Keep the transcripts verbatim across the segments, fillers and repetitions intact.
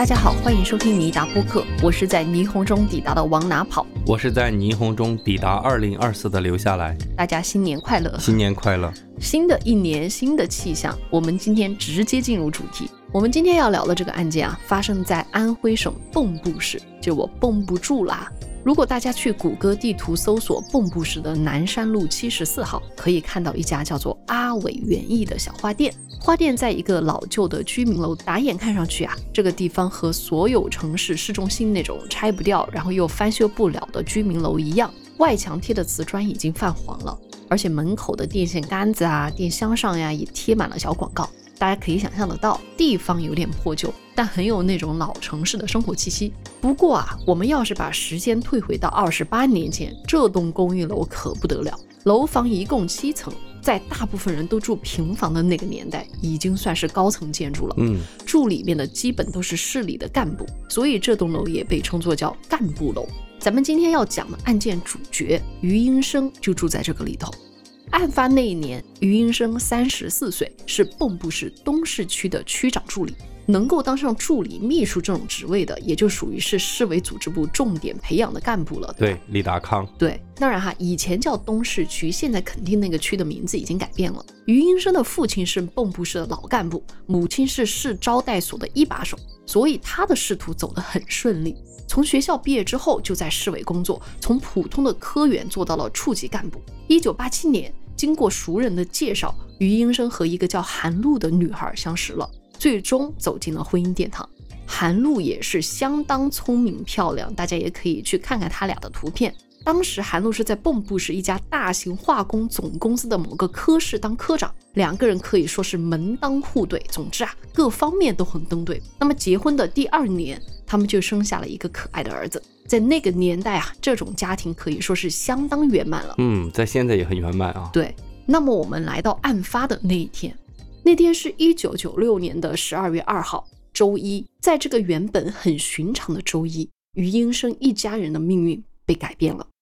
大家好，欢迎收听尼达播客，我是在霓虹中抵达的往哪跑， 我是在霓虹中抵达二零二四的留下来。 大家新年快乐！ 新年快乐！ 新的一年，新的气象，我们今天直接进入主题。我们今天要聊的这个案件啊，发生在安徽省蚌埠市，就我绷不住啦。如果大家去谷歌地图搜索蚌埠市的南山路七十四号，可以看到一家叫做阿伟园艺的小花店。花店在一个老旧的居民楼，打眼看上去啊，这个地方和所有城市市中心那种拆不掉然后又翻修不了的居民楼一样，外墙贴的瓷砖已经泛黄了，而且门口的电线杆子啊、电箱上呀也贴满了小广告。大家可以想象得到，地方有点破旧，但很有那种老城市的生活气息。不过啊，我们要是把时间退回到二十八年前，这栋公寓楼可不得了。楼房一共七层，在大部分人都住平房的那个年代，已经算是高层建筑了。嗯，住里面的基本都是市里的干部，所以这栋楼也被称作叫干部楼。咱们今天要讲的案件主角于英生就住在这个里头。案发那一年，于英生三十四岁，是蚌埠市东市区的区长助理。能够当上助理、秘书这种职位的，也就属于是市委组织部重点培养的干部了。 对，李达康。 对，当然哈，以前叫东市区，现在肯定那个区的名字已经改变了。于英生的父亲是蚌埠市的老干部，母亲是市招待所的一把手，所以他的仕途走得很顺利。从学校毕业之后就在市委工作，从普通的科员做到了处级干部。一九八七年，经过熟人的介绍，于英生和一个叫韩露的女孩相识了，最终走进了婚姻殿堂。韩露也是相当聪明漂亮，大家也可以去看看他俩的图片。当时韩露是在蚌埠市一家大型化工总公司的某个科室当科长，两个人可以说是门当户对，总之啊，各方面都很登对。那么结婚的第二年，他们就生下了一个可爱的儿子。在那个年代啊，这种家庭可以说是相当圆满了。 嗯，在现在也很圆满啊。 对，那么我们来到案发的那一天，那天是一九九六年的十二月二号，周一。在这个原本很寻常的周一，于英生一家人的命运被改变了。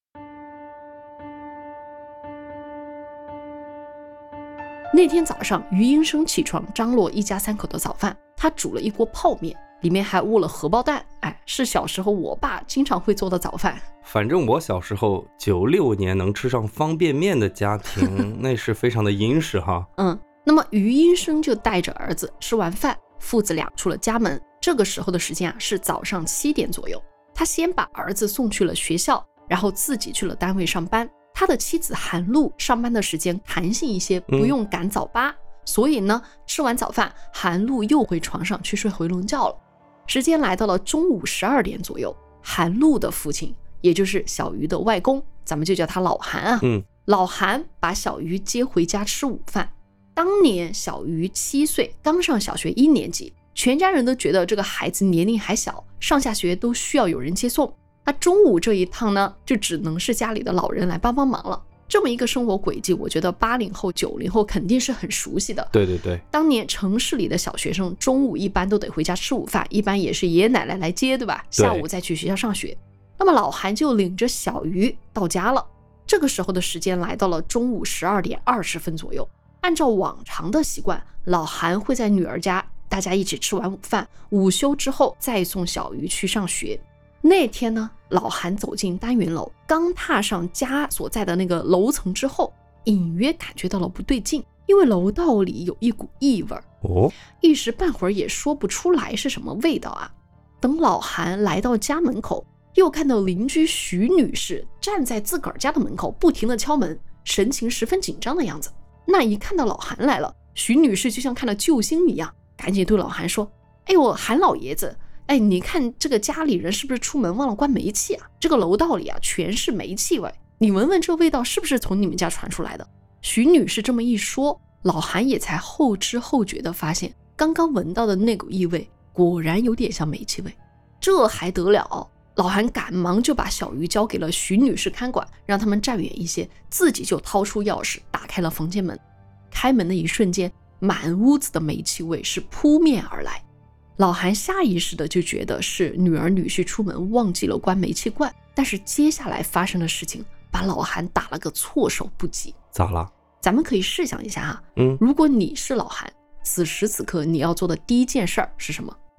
那天早上，于英生起床张罗一家三口的早饭，他煮了一锅泡面，里面还焐了荷包蛋。哎，是小时候我爸经常会做的早饭。 反正我小时候九六年能吃上方便面的家庭那是非常的殷实哈。 嗯，那么于英生就带着儿子吃完饭，父子俩出了家门。这个时候的时间啊是早上七点左右。他先把儿子送去了学校，然后自己去了单位上班。他的妻子韩露上班的时间弹性一些，不用赶早八、嗯、所以呢，吃完早饭，韩露又回床上去睡回笼觉了。时间来到了中午十二点左右，韩露的父亲，也就是小鱼的外公，咱们就叫他老韩啊。嗯，老韩把小鱼接回家吃午饭。当年小鱼七岁，刚上小学一年级，全家人都觉得这个孩子年龄还小，上下学都需要有人接送。那中午这一趟呢，就只能是家里的老人来帮帮忙了。这么一个生活轨迹，我觉得八零后、九零后肯定是很熟悉的。 对对对， 当年城市里的小学生中午一般都得回家吃午饭，一般也是爷爷奶奶来接，对吧？下午再去学校上学。那么老韩就领着小鱼到家了。这个时候的时间来到了中午十二点二十分左右。按照往常的习惯，老韩会在女儿家大家一起吃完午饭，午休之后再送小鱼去上学。那天呢，老韩走进单元楼，刚踏上家所在的那个楼层之后，隐约感觉到了不对劲，因为楼道里有一股异味。哦，一时半会儿也说不出来是什么味道啊。等老韩来到家门口，又看到邻居徐女士站在自个儿家的门口，不停地敲门，神情十分紧张的样子。那一看到老韩来了，徐女士就像看到救星一样，赶紧对老韩说：“哎呦，韩老爷子，哎，你看这个家里人是不是出门忘了关煤气啊？这个楼道里啊全是煤气味，你闻闻这味道是不是从你们家传出来的？”徐女士这么一说，老韩也才后知后觉地发现，刚刚闻到的那股异味果然有点像煤气味。这还得了？老韩赶忙就把小鱼交给了徐女士看管，让他们站远一些，自己就掏出钥匙打开了房间门。开门的一瞬间，满屋子的煤气味是扑面而来。老韩下意识的就觉得是女儿女婿出门忘记了关煤气罐，但是接下来发生的事情把老韩打了个措手不及。 咋了？ 咱们可以试想一下哈， 嗯， 如果你是老韩，此时此刻你要做的第一件事儿是什么？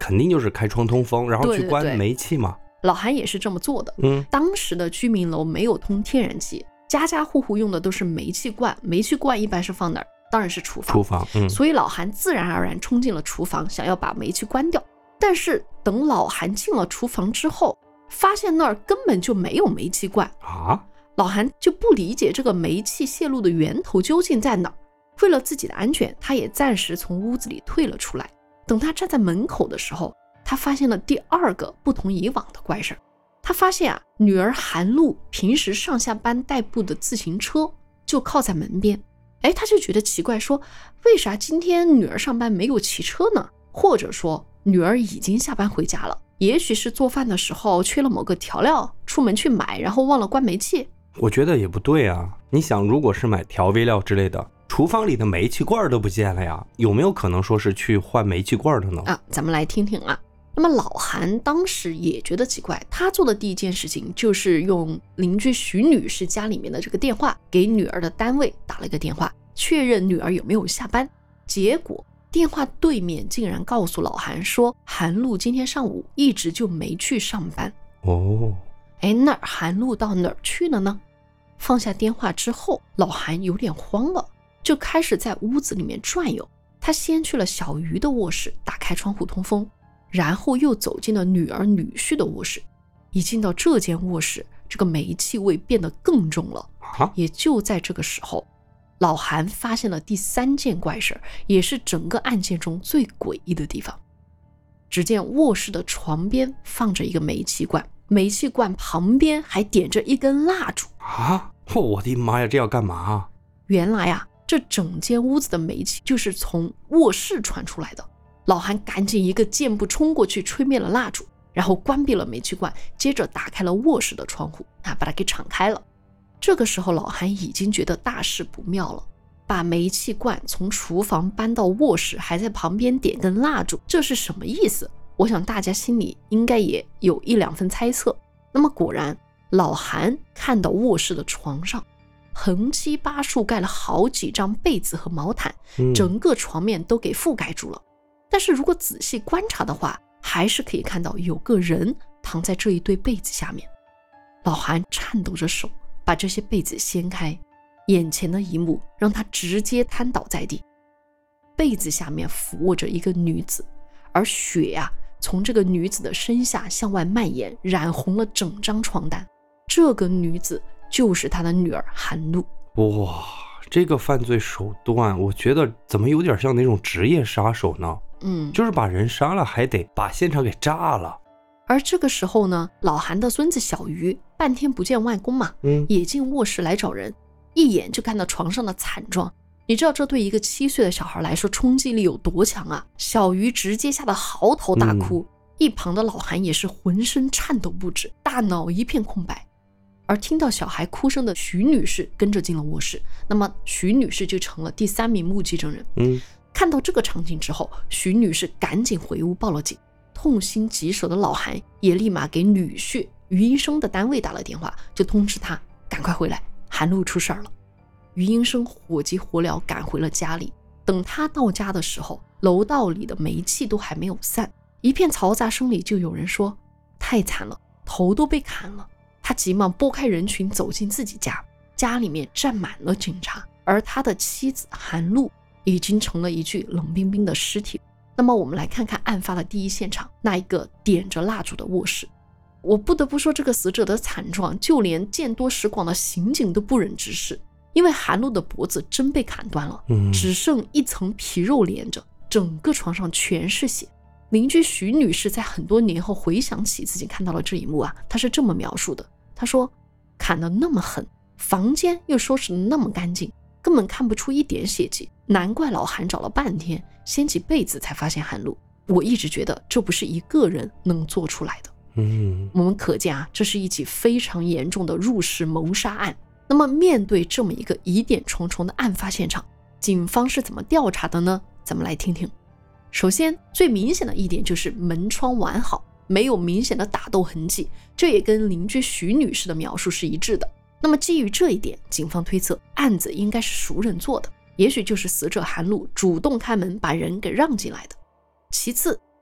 肯定就是开窗通风，然后去关煤气嘛。 对对对，老韩也是这么做的。 嗯， 当时的居民楼没有通天然气，家家户户用的都是煤气罐，煤气罐一般是放哪儿？当然是厨房。 厨房，嗯， 所以老韩自然而然冲进了厨房，想要把煤气关掉。但是等老韩进了厨房之后，发现那儿根本就没有煤气罐啊！ 老韩就不理解这个煤气泄露的源头究竟在哪儿。为了自己的安全，他也暂时从屋子里退了出来。等他站在门口的时候，他发现了第二个不同以往的怪事儿。他发现啊，女儿韩露平时上下班代步的自行车就靠在门边。哎，他就觉得奇怪，说为啥今天女儿上班没有骑车呢？或者说女儿已经下班回家了，也许是做饭的时候缺了某个调料，出门去买，然后忘了关煤气。 我觉得也不对啊，你想，如果是买调味料之类的，厨房里的煤气罐都不见了呀，有没有可能说是去换煤气罐的呢？ 啊，咱们来听听啊。那么老韩当时也觉得奇怪，他做的第一件事情就是用邻居徐女士家里面的这个电话给女儿的单位打了一个电话，确认女儿有没有下班。结果电话对面竟然告诉老韩说，韩露今天上午一直就没去上班。 哦， 哎，那韩露到哪儿去了呢？放下电话之后，老韩有点慌了，就开始在屋子里面转悠。他先去了小鱼的卧室，打开窗户通风，然后又走进了女儿女婿的卧室。一进到这间卧室，这个煤气味变得更重了。 啊， 也就在这个时候，老韩发现了第三件怪事，也是整个案件中最诡异的地方。只见卧室的床边放着一个煤气罐，煤气罐旁边还点着一根蜡烛啊！我的妈呀，这要干嘛？ 原来啊，这整间屋子的煤气就是从卧室传出来的。老韩赶紧一个箭步冲过去，吹灭了蜡烛，然后关闭了煤气罐，接着打开了卧室的窗户，啊，把它给敞开了。这个时候老韩已经觉得大事不妙了，把煤气罐从厨房搬到卧室，还在旁边点根蜡烛，这是什么意思？我想大家心里应该也有一两分猜测。那么果然，老韩看到卧室的床上横七八竖盖了好几张被子和毛毯，整个床面都给覆盖住了。但是如果仔细观察的话，还是可以看到有个人躺在这一堆被子下面。老韩颤抖着手把这些被子掀开，眼前的一幕让他直接瘫倒在地。被子下面俯卧着一个女子，而血啊从这个女子的身下向外蔓延，染红了整张床单。这个女子就是他的女儿韩露。 哇，这个犯罪手段我觉得怎么有点像那种职业杀手呢？ 嗯， 就是把人杀了还得把现场给炸了。 而这个时候呢，老韩的孙子小鱼半天不见外公嘛， 嗯， 也进卧室来找人，一眼就看到床上的惨状。你知道这对一个七岁的小孩来说冲击力有多强啊？小鱼直接吓得嚎啕大哭，嗯，一旁的老韩也是浑身颤抖不止，大脑一片空白。而听到小孩哭声的徐女士跟着进了卧室，那么徐女士就成了第三名目击证人。 嗯， 看到这个场景之后，徐女士赶紧回屋报了警。痛心疾首的老韩也立马给女婿于英生的单位打了电话，就通知他赶快回来，韩露出事儿了。于英生火急火燎赶回了家里，等他到家的时候，楼道里的煤气都还没有散，一片嘈杂声里就有人说太惨了，头都被砍了。他急忙拨开人群走进自己家，家里面站满了警察，而他的妻子韩露已经成了一具冷冰冰的尸体。那么我们来看看案发的第一现场，那一个点着蜡烛的卧室。我不得不说，这个死者的惨状就连见多识广的刑警都不忍直视，因为韩露的脖子真被砍断了，只剩一层皮肉连着，整个床上全是血。邻居徐女士在很多年后回想起自己看到了这一幕啊，她是这么描述的，她说砍得那么狠，房间又收拾得那么干净，根本看不出一点血迹，难怪老韩找了半天掀起被子才发现韩露。我一直觉得这不是一个人能做出来的。 嗯， 我们可见啊，这是一起非常严重的入室谋杀案。那么面对这么一个疑点重重的案发现场，警方是怎么调查的呢？咱们来听听。首先最明显的一点就是门窗完好，没有明显的打斗痕迹，这也跟邻居徐女士的描述是一致的。那么基于这一点，警方推测案子应该是熟人做的，也许就是死者韩露主动开门把人给让进来的。其次，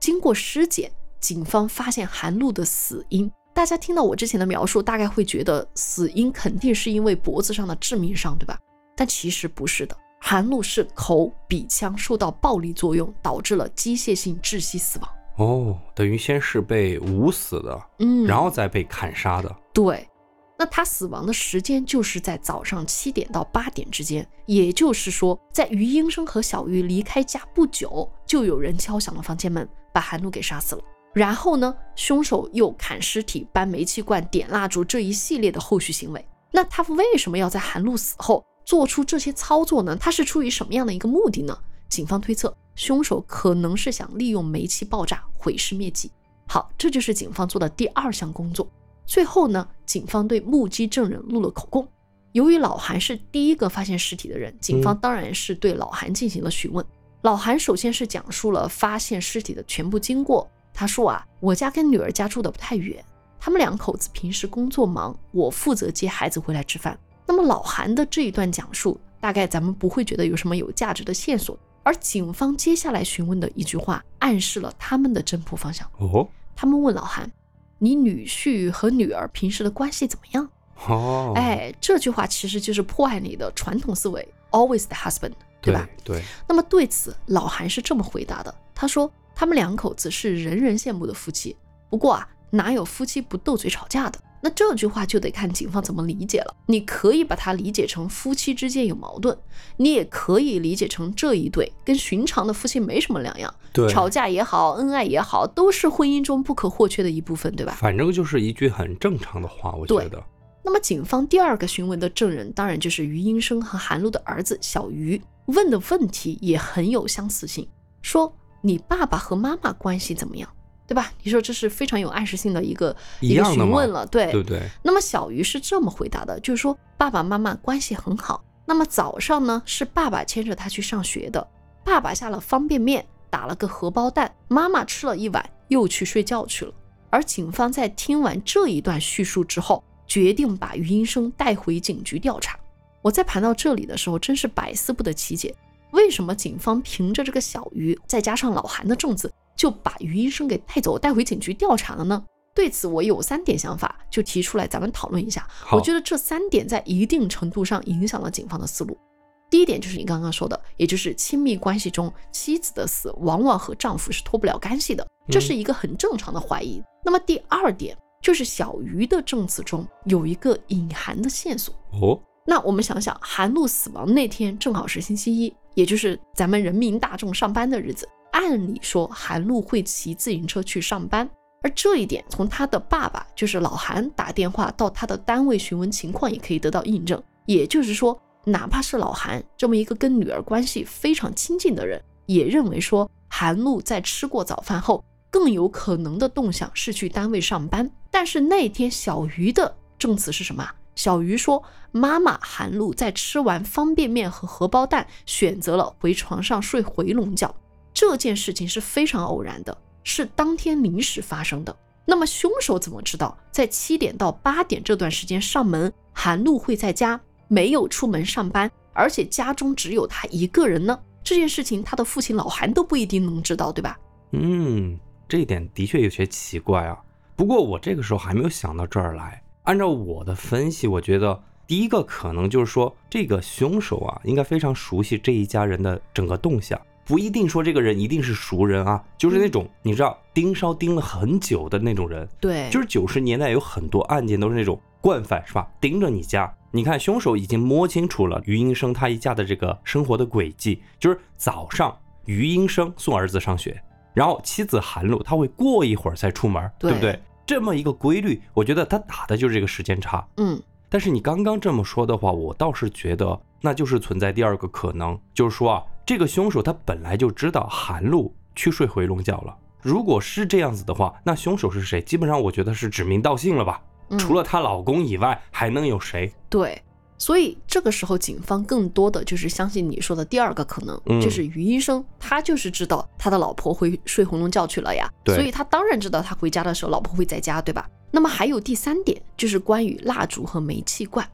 经过尸检，警方发现韩露的死因。大家听到我之前的描述，大概会觉得死因肯定是因为脖子上的致命伤，对吧？但其实不是的，韩露是口鼻腔受到暴力作用，导致了机械性窒息死亡。 哦，等于先是被捂死的， 嗯， 然后再被砍杀的。 对，那他死亡的时间就是在早上七点到八点之间，也就是说，在于英生和小鱼离开家不久，就有人敲响了房间门，把韩露给杀死了。然后呢，凶手又砍尸体、搬煤气罐、点蜡烛这一系列的后续行为。那他为什么要在韩露死后做出这些操作呢？他是出于什么样的一个目的呢？警方推测，凶手可能是想利用煤气爆炸毁尸灭迹。好，这就是警方做的第二项工作。最后呢，警方对目击证人录了口供。由于老韩是第一个发现尸体的人，警方当然是对老韩进行了询问。嗯、老韩首先是讲述了发现尸体的全部经过。他说啊，我家跟女儿家住的不太远，他们两口子平时工作忙，我负责接孩子回来吃饭。那么老韩的这一段讲述，大概咱们不会觉得有什么有价值的线索，而警方接下来询问的一句话，暗示了他们的侦破方向。 哦， 他们问老韩，你女婿和女儿平时的关系怎么样？ 哦， 哎，这句话其实就是破案里的传统思维 ，always the husband， 对吧？ 对对。 那么对此，老韩是这么回答的，他说，他们两口子是人人羡慕的夫妻，不过啊，哪有夫妻不斗嘴吵架的？那这句话就得看警方怎么理解了。你可以把它理解成夫妻之间有矛盾，你也可以理解成这一对跟寻常的夫妻没什么两样， 对， 吵架也好，恩爱也好，都是婚姻中不可或缺的一部分，对吧？ 反正就是一句很正常的话，我觉得。 那么警方第二个询问的证人，当然就是于英生和韩露的儿子小鱼，问的问题也很有相似性，说你爸爸和妈妈关系怎么样？对吧？你说这是非常有暗示性的一个一个询问了，对对对。 那么小鱼是这么回答的，就是说爸爸妈妈关系很好。那么早上呢，是爸爸牵着他去上学的，爸爸下了方便面，打了个荷包蛋，妈妈吃了一碗，又去睡觉去了。而警方在听完这一段叙述之后，决定把于英生带回警局调查。我在盘到这里的时候，真是百思不得其解，为什么警方凭着这个小鱼，再加上老韩的证词，就把于医生给带走带回警局调查了呢？对此我有三点想法，就提出来咱们讨论一下。我觉得这三点在一定程度上影响了警方的思路。第一点就是你刚刚说的，也就是亲密关系中妻子的死往往和丈夫是脱不了干系的，这是一个很正常的怀疑。嗯、那么第二点就是小鱼的证词中有一个隐含的线索。 哦， 那我们想想，韩露死亡那天正好是星期一，也就是咱们人民大众上班的日子，按理说韩露会骑自行车去上班，而这一点从他的爸爸就是老韩打电话到他的单位询问情况也可以得到印证。也就是说，哪怕是老韩这么一个跟女儿关系非常亲近的人，也认为说韩露在吃过早饭后更有可能的动向是去单位上班。但是那天小鱼的证词是什么？小鱼说，妈妈韩露在吃完方便面和荷包蛋，选择了回床上睡回笼觉。这件事情是非常偶然的，是当天临时发生的。那么凶手怎么知道在七点到八点这段时间上门，韩露会在家，没有出门上班，而且家中只有他一个人呢？这件事情他的父亲老韩都不一定能知道，对吧？ 嗯，这一点的确有些奇怪啊。不过我这个时候还没有想到这儿来。按照我的分析，我觉得第一个可能就是说，这个凶手啊，应该非常熟悉这一家人的整个动向，不一定说这个人一定是熟人啊，就是那种、嗯、你知道盯梢盯了很久的那种人。 对， 就是九十年代有很多案件都是那种惯犯，是吧？盯着你家。你看凶手已经摸清楚了于英生他一家的这个生活的轨迹，就是早上于英生送儿子上学，然后妻子韩露他会过一会儿才出门， 对, 对不对？这么一个规律，我觉得他打的就是这个时间差。 嗯， 但是你刚刚这么说的话，我倒是觉得那就是存在第二个可能，就是说啊，这个凶手他本来就知道韩露去睡回笼觉了。如果是这样子的话，那凶手是谁？基本上我觉得是指名道姓了吧。嗯、除了她老公以外，还能有谁？ 对，所以这个时候警方更多的就是相信你说的第二个可能，嗯、就是于医生他就是知道他的老婆会睡回笼觉去了呀，所以他当然知道他回家的时候老婆会在家，对吧？那么还有第三点，就是关于蜡烛和煤气罐。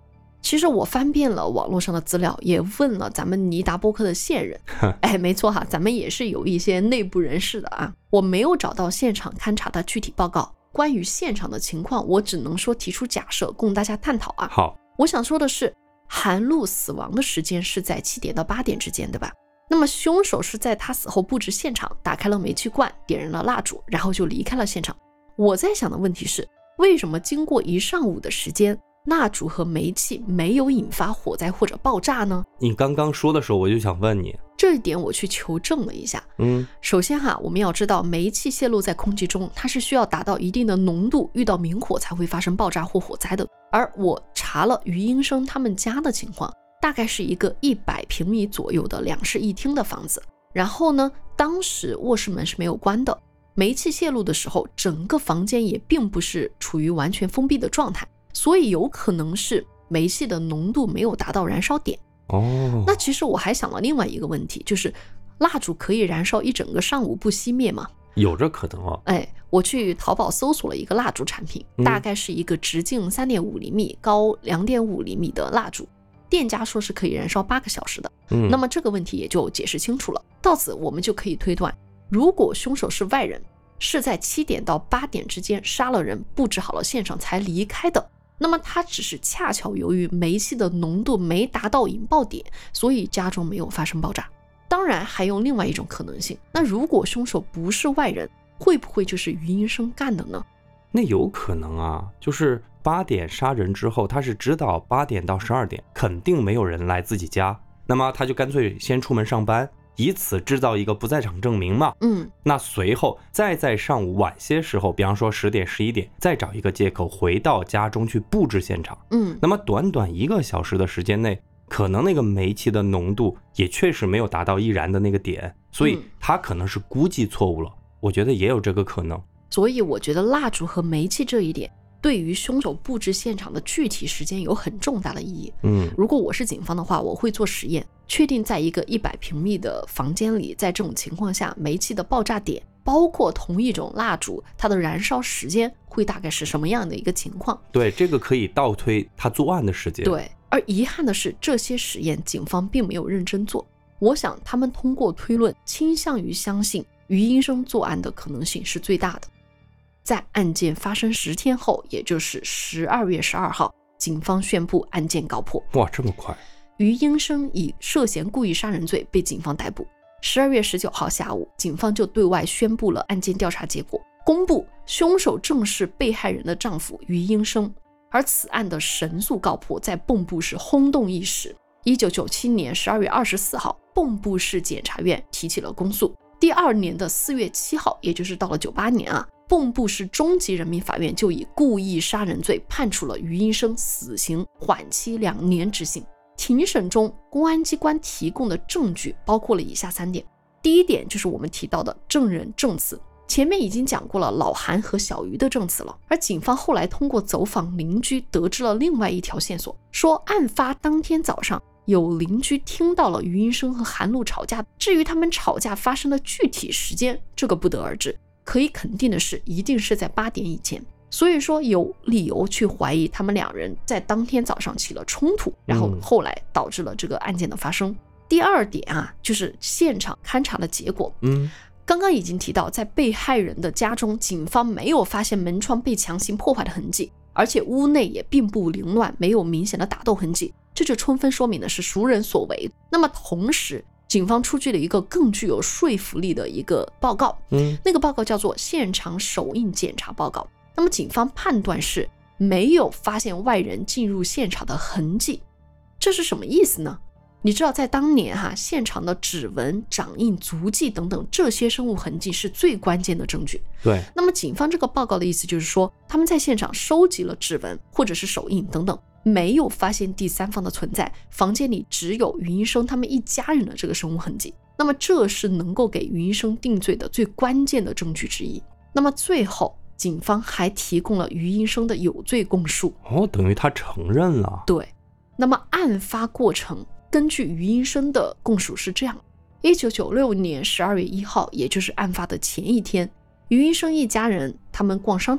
其实我翻遍了网络上的资料，也问了咱们尼达播客的线人，哎，没错哈，咱们也是有一些内部人士的啊。我没有找到现场勘查的具体报告，关于现场的情况，我只能说提出假设，供大家探讨啊。 好， 我想说的是，韩露死亡的时间是在七点到八点之间，对吧？那么凶手是在他死后布置现场，打开了煤气罐，点燃了蜡烛，然后就离开了现场。我在想的问题是，为什么经过一上午的时间，蜡烛和煤气没有引发火灾或者爆炸呢？ 你刚刚说的时候我就想问你这一点，我去求证了一下。 嗯， 首先哈，我们要知道煤气泄露在空气中，它是需要达到一定的浓度，遇到明火才会发生爆炸或火灾的。而我查了余英生他们家的情况，大概是一个一百平米左右的两室一厅的房子。然后呢，当时卧室门是没有关的，煤气泄露的时候，整个房间也并不是处于完全封闭的状态，所以有可能是煤气的浓度没有达到燃烧点。 哦， 那其实我还想了另外一个问题，就是蜡烛可以燃烧一整个上午不熄灭吗？ 有这可能哦。 哎，我去淘宝搜索了一个蜡烛产品， 嗯、 大概是一个直径 三点五厘米、高 两点五厘米的蜡烛，店家说是可以燃烧八个小时的。 嗯， 那么这个问题也就解释清楚了。到此我们就可以推断，如果凶手是外人，是在七点到八点之间杀了人，布置好了现场才离开的，那么他只是恰巧由于煤气的浓度没达到引爆点，所以家中没有发生爆炸。当然还有另外一种可能性，那如果凶手不是外人，会不会就是余英生干的呢？ 那有可能啊，就是八点杀人之后，他是知道八点到十二点肯定没有人来自己家，那么他就干脆先出门上班，以此制造一个不在场证明嘛。 嗯， 那随后再在上午晚些时候，比方说十点十一点，再找一个借口回到家中去布置现场。 嗯， 那么短短一个小时的时间内，可能那个煤气的浓度也确实没有达到易燃的那个点，所以他可能是估计错误了。我觉得也有这个可能。 所以我觉得蜡烛和煤气这一点对于凶手布置现场的具体时间有很重大的意义。 嗯， 如果我是警方的话，我会做实验，确定在一个一百平米的房间里，在这种情况下煤气的爆炸点，包括同一种蜡烛它的燃烧时间会大概是什么样的一个情况。 对，这个可以倒推他作案的时间。 对，而遗憾的是这些实验警方并没有认真做。我想他们通过推论倾向于相信余英生作案的可能性是最大的。在案件发生十天后，也就是十二月十二号，警方宣布案件告破。 哇，这么快！ 余英生以涉嫌故意杀人罪被警方逮捕。十二月十九号下午，警方就对外宣布了案件调查结果，公布凶手正是被害人的丈夫余英生。而此案的神速告破在蚌埠市轰动一时。一九九七年十二月二十四号，蚌埠市检察院提起了公诉。第二年的四月七号，也就是到了九八年啊，蚌埠市中级人民法院就以故意杀人罪判处了余英生死刑，缓期两年执行。庭审中，公安机关提供的证据包括了以下三点。第一点就是我们提到的证人证词，前面已经讲过了老韩和小鱼的证词了，而警方后来通过走访邻居得知了另外一条线索，说案发当天早上有邻居听到了余英生和韩露吵架，至于他们吵架发生的具体时间，这个不得而知。可以肯定的是，一定是在八点以前。所以说有理由去怀疑他们两人在当天早上起了冲突，然后后来导致了这个案件的发生。嗯、第二点啊，就是现场勘查的结果。 嗯， 刚刚已经提到，在被害人的家中，警方没有发现门窗被强行破坏的痕迹，而且屋内也并不凌乱，没有明显的打斗痕迹，这就充分说明的是熟人所为。那么同时，警方出具了一个更具有说服力的一个报告， 嗯， 那个报告叫做现场手印检查报告。那么警方判断是没有发现外人进入现场的痕迹。这是什么意思呢？你知道在当年哈，现场的指纹、掌印、足迹等等这些生物痕迹是最关键的证据。 对， 那么警方这个报告的意思就是说，他们在现场收集了指纹或者是手印等等，没有发现第三方的存在，房间里只有余英生他们一家人的这个生物痕迹。那么这是能够给余英生定罪的最关键的证据之一。那么最后警方还提供了余英生的有罪供述。 哦，等于他承认了。 对，那么案发过程根据余英生的供述是这样：一九九六年十二月一号，也就是案发的前一天，余英生一家人他们逛商场，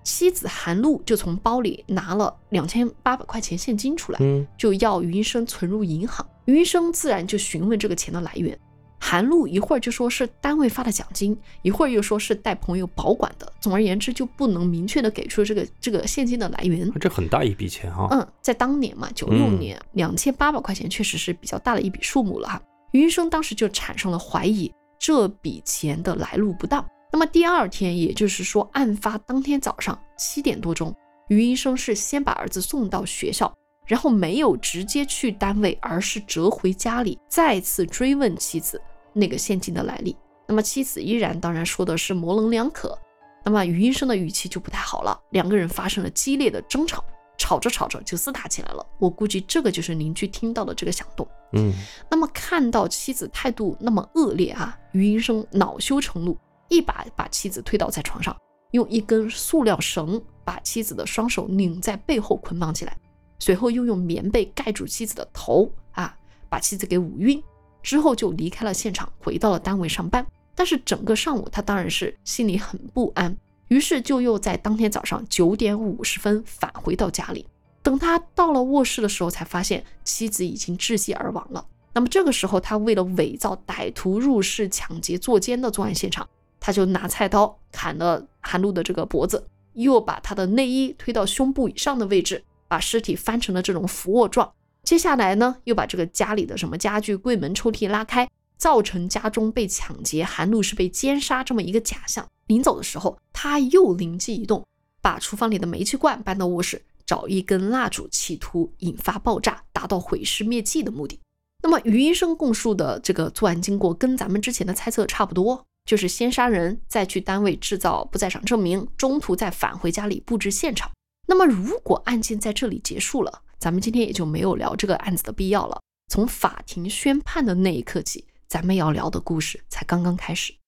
妻子韩露就从包里拿了两千八百块钱现金出来， 嗯， 就要于医生存入银行。于医生自然就询问这个钱的来源，韩露一会儿就说是单位发的奖金，一会儿又说是带朋友保管的，总而言之就不能明确的给出这个这个现金的来源。 这很大一笔钱哈、 啊。嗯，在当年嘛，九六年两千八百块钱确实是比较大的一笔数目了哈。于医生当时就产生了怀疑这笔钱的来路不当。那么第二天，也就是说案发当天早上七点多钟，于医生是先把儿子送到学校，然后没有直接去单位，而是折回家里，再次追问妻子那个现金的来历。那么妻子依然当然说的是模棱两可，那么于医生的语气就不太好了，两个人发生了激烈的争吵，吵着吵着就厮打起来了。我估计这个就是邻居听到的这个响动。 嗯， 那么看到妻子态度那么恶劣啊，于医生恼羞成怒，一把把妻子推倒在床上，用一根塑料绳把妻子的双手拧在背后捆绑起来，随后又用棉被盖住妻子的头啊，把妻子给捂晕，之后就离开了现场，回到了单位上班。但是整个上午他当然是心里很不安，于是就又在当天早上九点五十分返回到家里。等他到了卧室的时候，才发现妻子已经窒息而亡了。那么这个时候，他为了伪造歹徒入室抢劫坐奸的作案现场，他就拿菜刀砍了韩露的这个脖子，又把他的内衣推到胸部以上的位置，把尸体翻成了这种俯卧状。接下来呢，又把这个家里的什么家具、柜门、抽屉拉开，造成家中被抢劫，韩露是被奸杀这么一个假象。临走的时候，他又灵机一动，把厨房里的煤气罐搬到卧室，找一根蜡烛，企图引发爆炸，达到毁尸灭迹的目的。那么于医生供述的这个作案经过跟咱们之前的猜测差不多，就是先杀人，再去单位制造不在场证明，中途再返回家里布置现场。那么如果案件在这里结束了，咱们今天也就没有聊这个案子的必要了。从法庭宣判的那一刻起，咱们要聊的故事才刚刚开始。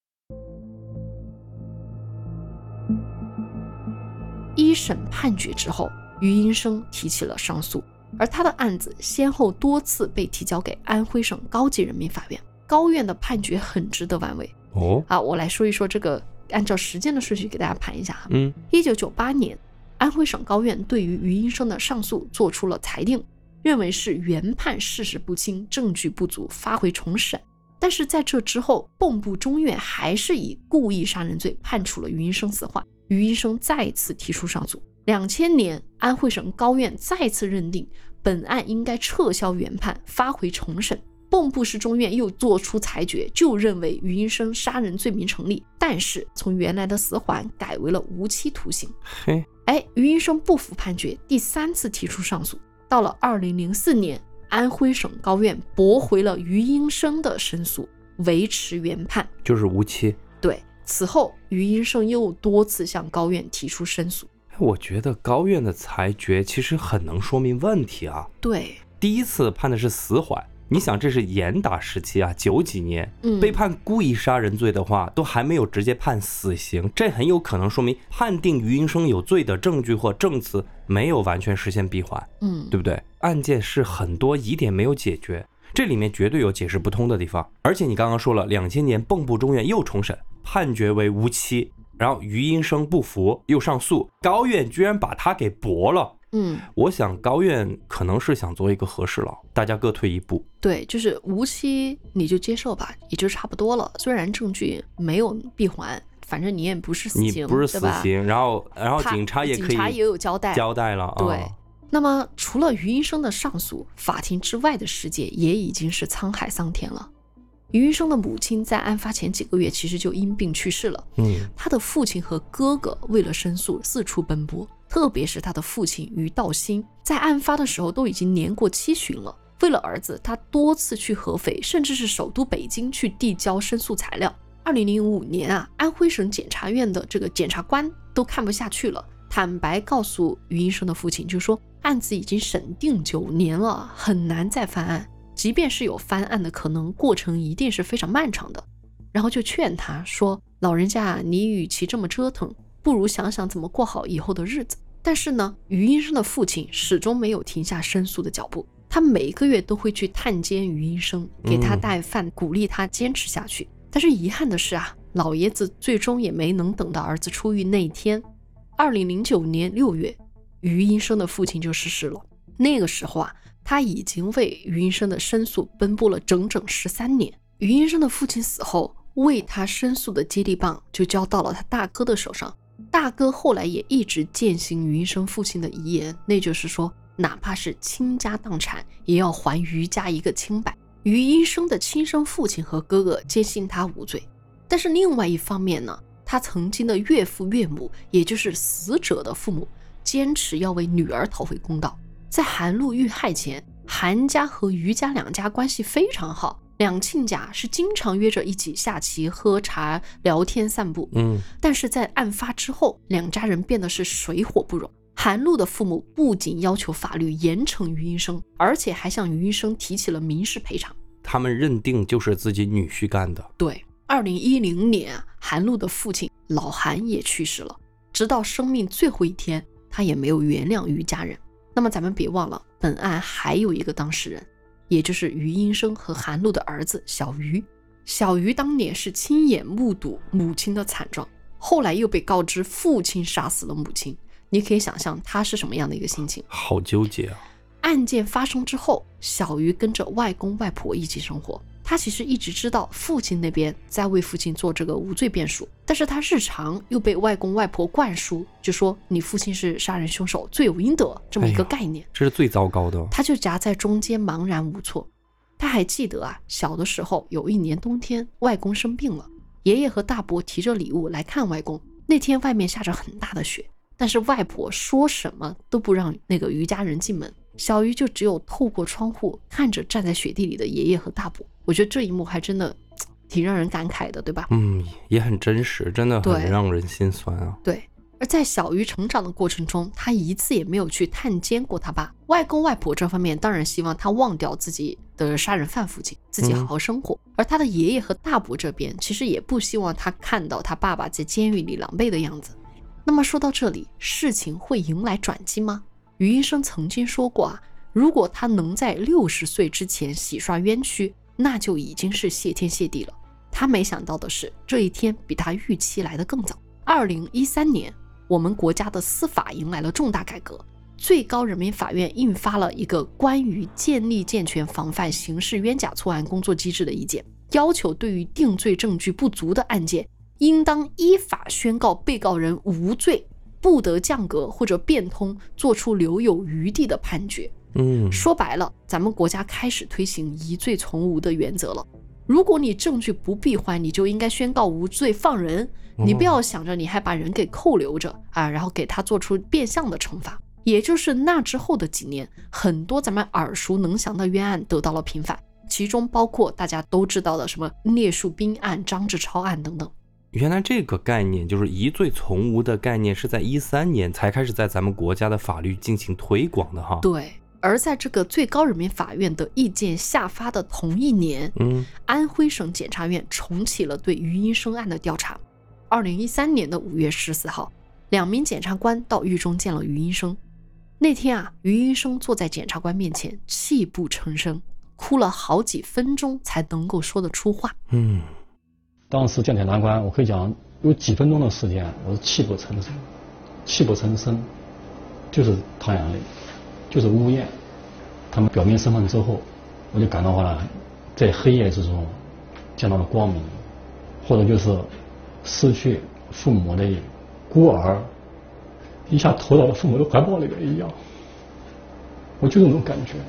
一审判决之后，于医生提起了上诉，而他的案子先后多次被提交给安徽省高级人民法院。高院的判决很值得玩味哦。 啊，我来说一说这个，按照时间的顺序给大家盘一下。 嗯， 一九九八年，安徽省高院对于于医生的上诉做出了裁定，认为是原判事实不清，证据不足，发回重审。但是在这之后，蚌埠中院还是以故意杀人罪判处了于医生死缓。于医生再次提出上诉。两千年，安徽省高院再次认定本案应该撤销原判，发回重审。蚌埠市中院又作出裁决，就认为于医生杀人罪名成立，但是从原来的死缓改为了无期徒刑。 嘿， 哎，于医生不服判决，第三次提出上诉。到了二零零四年，安徽省高院驳回了于医生的申诉，维持原判， 就是无期。 对，此后于医生又多次向高院提出申诉。 我觉得高院的裁决其实很能说明问题啊。 对， 第一次判的是死缓，你想这是严打时期啊，九几年、 嗯、 被判故意杀人罪的话，都还没有直接判死刑，这很有可能说明判定于医生有罪的证据或证词没有完全实现闭环， 嗯， 对不对？案件是很多疑点没有解决，这里面绝对有解释不通的地方。而且你刚刚说了，两千年蚌埠中院又重审，判决为无期，然后于医生不服又上诉，高院居然把他给驳了。 嗯， 我想高院可能是想做一个和事佬，大家各退一步。 对，就是无期你就接受吧，也就差不多了。虽然证据没有闭环，反正你也不是死刑， 你不是死刑，然后然后警察也可以警察也有交代交代了。 对、 哦， 那么除了于医生的上诉，法庭之外的世界也已经是沧海桑田了。于医生的母亲在案发前几个月其实就因病去世了。 嗯， 他的父亲和哥哥为了申诉四处奔波，特别是他的父亲于道兴，在案发的时候都已经年过七旬了。为了儿子，他多次去合肥，甚至是首都北京去递交申诉材料。二零零五年啊，安徽省检察院的这个检察官都看不下去了，坦白告诉于医生的父亲，就说案子已经审定九年了，很难再翻案，即便是有翻案的可能，过程一定是非常漫长的。然后就劝他说，老人家，你与其这么折腾，不如想想怎么过好以后的日子。但是呢，于医生的父亲始终没有停下申诉的脚步，他每个月都会去探监于医生，给他带饭、嗯、鼓励他坚持下去。但是遗憾的是啊，老爷子最终也没能等到儿子出狱那一天。 二零零九年六月，余英生的父亲就逝世了。那个时候啊，他已经为余英生的申诉奔波了整整十三年。余英生的父亲死后，为他申诉的接力棒就交到了他大哥的手上。大哥后来也一直践行余英生父亲的遗言，那就是说，哪怕是倾家荡产，也要还余家一个清白。余英生的亲生父亲和哥哥坚信他无罪，但是另外一方面呢，他曾经的岳父岳母，也就是死者的父母，坚持要为女儿讨回公道。在韩露遇害前，韩家和余家两家关系非常好，两亲家是经常约着一起下棋、喝茶、聊天、散步。 嗯， 但是在案发之后，两家人变得是水火不容。韩露的父母不仅要求法律严惩余英生，而且还向余英生提起了民事赔偿。 他们认定就是自己女婿干的。 对，二零一零年啊，韩露的父亲老韩也去世了，直到生命最后一天，他也没有原谅余家人。那么咱们别忘了，本案还有一个当事人，也就是余英生和韩露的儿子小余。小余当年是亲眼目睹母亲的惨状，后来又被告知父亲杀死了母亲。你可以想象他是什么样的一个心情。 好纠结啊。 案件发生之后，小余跟着外公外婆一起生活。他其实一直知道父亲那边在为父亲做这个无罪辩诉，但是他日常又被外公外婆灌输，就说你父亲是杀人凶手，罪有应得这么一个概念。 哎，这是最糟糕的。 他就夹在中间茫然无措。他还记得啊，小的时候有一年冬天，外公生病了，爷爷和大伯提着礼物来看外公。那天外面下着很大的雪，但是外婆说什么都不让那个余家人进门，小余就只有透过窗户看着站在雪地里的爷爷和大伯。我觉得这一幕还真的挺让人感慨的，对吧？ 嗯，也很真实，真的很让人心酸啊。 对，而在小余成长的过程中，他一次也没有去探监过他爸。外公外婆这方面当然希望他忘掉自己的杀人犯父亲，自己好好生活。嗯、而他的爷爷和大伯这边其实也不希望他看到他爸爸在监狱里狼狈的样子。那么说到这里，事情会迎来转机吗？余英生曾经说过啊，如果他能在六十岁之前洗刷冤屈，那就已经是谢天谢地了。他没想到的是，这一天比他预期来得更早。二零一三年，我们国家的司法迎来了重大改革，最高人民法院印发了一个关于建立健全防范刑事冤假错案工作机制的意见，要求对于定罪证据不足的案件，应当依法宣告被告人无罪，不得降格或者变通，做出留有余地的判决。 嗯， 说白了，咱们国家开始推行疑罪从无的原则了。如果你证据不闭环，你就应该宣告无罪放人，你不要想着你还把人给扣留着啊，然后给他做出变相的惩罚。也就是那之后的几年，很多咱们耳熟能详的冤案得到了平反，其中包括大家都知道的什么聂树斌案、张志超案等等。 原来这个概念就是疑罪从无的概念，是在一三年才开始在咱们国家的法律进行推广的哈。 对。而在这个最高人民法院的意见下发的同一年， 嗯， 安徽省检察院重启了对余英生案的调查。二零一三年的五月十四号，两名检察官到狱中见了余英生。那天啊，余英生坐在检察官面前，泣不成声，哭了好几分钟才能够说得出话。 嗯， 当时见检察官，我可以讲有几分钟的时间，我是泣不成声，泣不成声，就是淌眼泪。就是呜咽，他们表明身份之后，我就感到话了，在黑夜之中见到了光明，或者就是失去父母的孤儿一下投到了父母的怀抱里边一样，我就这种感觉。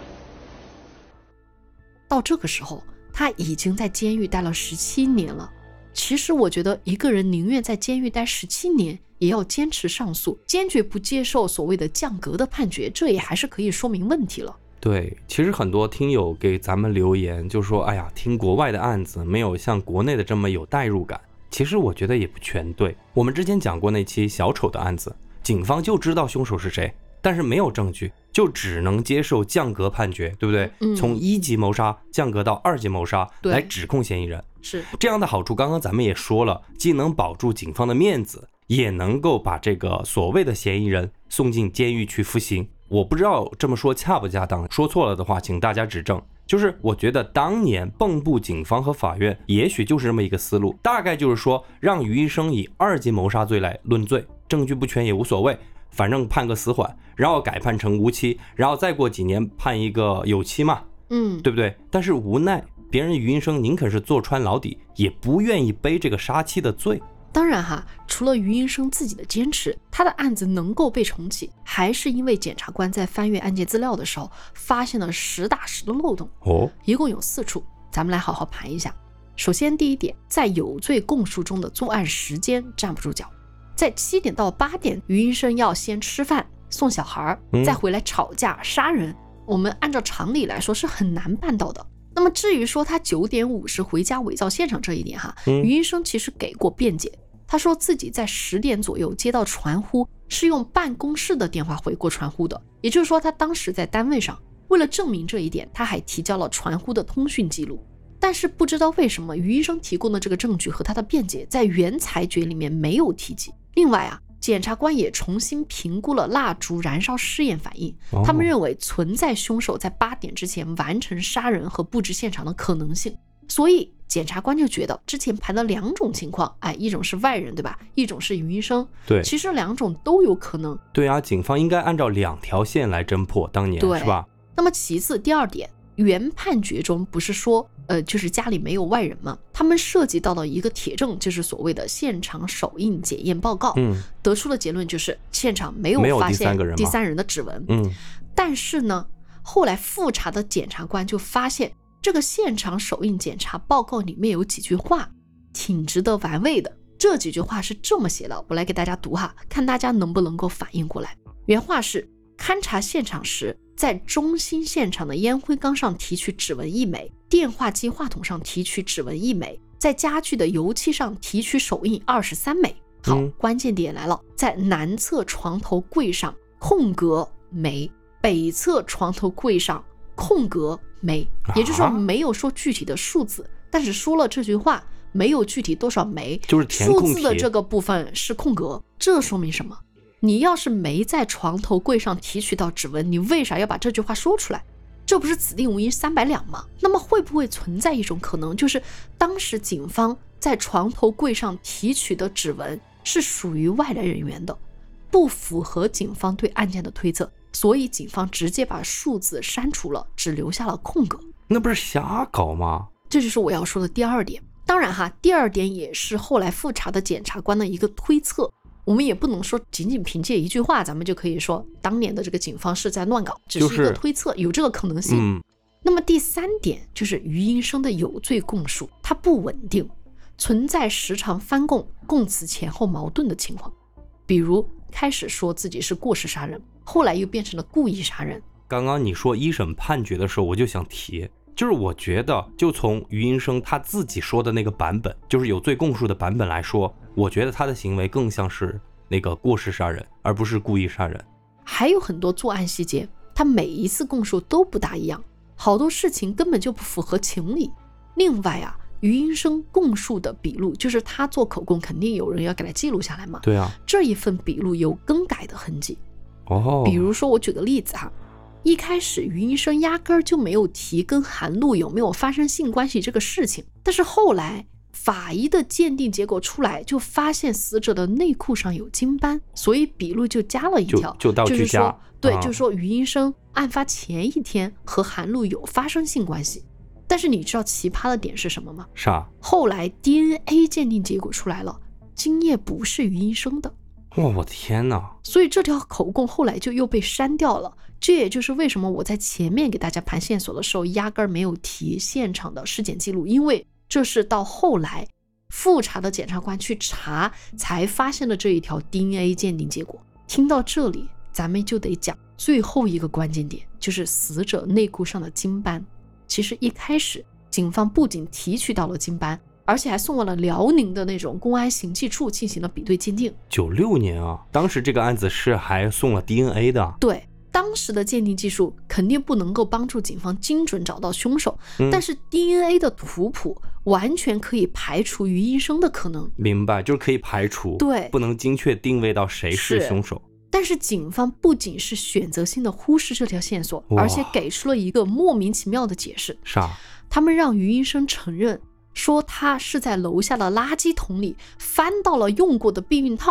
到这个时候，他已经在监狱待了十七年了。其实我觉得一个人宁愿在监狱待十七年，也要坚持上诉，坚决不接受所谓的降格的判决，这也还是可以说明问题了。 对，其实很多听友给咱们留言就说，哎呀，听国外的案子没有像国内的这么有代入感。其实我觉得也不全对。我们之前讲过那期小丑的案子，警方就知道凶手是谁，但是没有证据，就只能接受降格判决，对不对？ 嗯、 从一级谋杀降格到二级谋杀来指控嫌疑人。 是这样的好处，刚刚咱们也说了，既能保住警方的面子，也能够把这个所谓的嫌疑人送进监狱去服刑。我不知道这么说恰不恰当，说错了的话请大家指正。就是我觉得当年蚌埠警方和法院也许就是这么一个思路，大概就是说让余医生以二级谋杀罪来论罪， 证据不全也无所谓，反正判个死缓，然后改判成无期，然后再过几年判一个有期嘛， 嗯， 对不对？但是无奈别人余英生宁可是坐穿牢底，也不愿意背这个杀妻的罪。 当然哈，除了余英生自己的坚持，他的案子能够被重启，还是因为检察官在翻阅案件资料的时候发现了实打实的漏洞。 哦， 一共有四处，咱们来好好盘一下。首先第一点，在有罪供述中的作案时间站不住脚。在七点到八点，余英生要先吃饭、送小孩，再回来吵架、杀人，我们按照常理来说是很难办到的。那么至于说他九点五十回家伪造现场这一点哈，余英生其实给过辩解。他说自己在十点左右接到传呼，是用办公室的电话回过传呼的，也就是说他当时在单位上。为了证明这一点，他还提交了传呼的通讯记录。但是不知道为什么余英生提供的这个证据和他的辩解在原裁决里面没有提及。另外啊，检察官也重新评估了蜡烛燃烧试验反应，他们认为存在凶手在八点之前完成杀人和布置现场的可能性。所以检察官就觉得之前盘的两种情况，哎，一种是外人对吧，一种是余英生， 对， 其实两种都有可能。 对啊，警方应该按照两条线来侦破，当年是吧？ 那么其次第二点，原判决中不是说呃，就是家里没有外人嘛，他们涉及到了一个铁证，就是所谓的现场手印检验报告，嗯，得出的结论就是现场没有发现第三人的指纹， 嗯， 但是呢，后来复查的检察官就发现这个现场手印检查报告里面有几句话挺值得玩味的。这几句话是这么写的，我来给大家读哈，看大家能不能够反应过来。原话是：勘查现场时，在中心现场的烟灰缸上提取指纹一枚，电话机话筒上提取指纹一枚，在家具的油漆上提取手印二十三枚。好，嗯、关键点来了，在南侧床头柜上空格枚，北侧床头柜上空格枚，也就是说没有说具体的数字，但是说了这句话没有具体多少枚， 就是填空题， 数字的这个部分是空格。这说明什么？你要是没在床头柜上提取到指纹，你为啥要把这句话说出来？这不是此地无银三百两吗？那么会不会存在一种可能，就是当时警方在床头柜上提取的指纹是属于外来人员的，不符合警方对案件的推测，所以警方直接把数字删除了，只留下了空格？ 那不是瞎搞吗？ 这就是我要说的第二点。当然哈，第二点也是后来复查的检察官的一个推测，我们也不能说仅仅凭借一句话咱们就可以说当年的这个警方是在乱搞，只是一个推测，有这个可能性、嗯、那么第三点就是余英生的有罪供述它不稳定，存在时常翻供、供词前后矛盾的情况，比如开始说自己是过失杀人，后来又变成了故意杀人。 刚刚你说一审判决的时候，我就想提，就是我觉得就从余英生他自己说的那个版本，就是有罪供述的版本来说，我觉得他的行为更像是那个过失杀人，而不是故意杀人。 还有很多作案细节，他每一次供述都不大一样，好多事情根本就不符合情理。另外啊，余英生供述的笔录，就是他做口供肯定有人要给他记录下来嘛。 对啊， 这一份笔录有更改的痕迹。 哦， 比如说我举个例子哈，一开始余英生压根儿就没有提跟韩露有没有发生性关系这个事情，但是后来法医的鉴定结果出来，就发现死者的内裤上有精斑，所以笔录就加了一条， 就, 就到就是说，对， 啊、 就是说余英生案发前一天和韩露有发生性关系。但是你知道奇葩的点是什么吗？ 啥？ 后来 D N A 鉴定结果出来了，精液不是余英生的。 哇，我天哪！ 所以这条口供后来就又被删掉了。这也就是为什么我在前面给大家盘线索的时候，压根儿没有提现场的尸检记录，因为这是到后来复查的检察官去查才发现了这一条 D N A 鉴定结果。听到这里，咱们就得讲最后一个关键点，就是死者内裤上的精斑。其实一开始警方不仅提取到了精斑，而且还送往了辽宁的那种公安刑技处进行了比对鉴定。 九六年啊，当时这个案子是还送了 D N A 的。 对，当时的鉴定技术肯定不能够帮助警方精准找到凶手、嗯、但是 D N A 的图谱完全可以排除余英生的可能。 明白，就是可以排除， 对， 不能精确定位到谁是凶手。 但是警方不仅是选择性的忽视这条线索，而且给出了一个莫名其妙的解释。 啥？ 他们让余英生承认说他是在楼下的垃圾桶里翻到了用过的避孕套，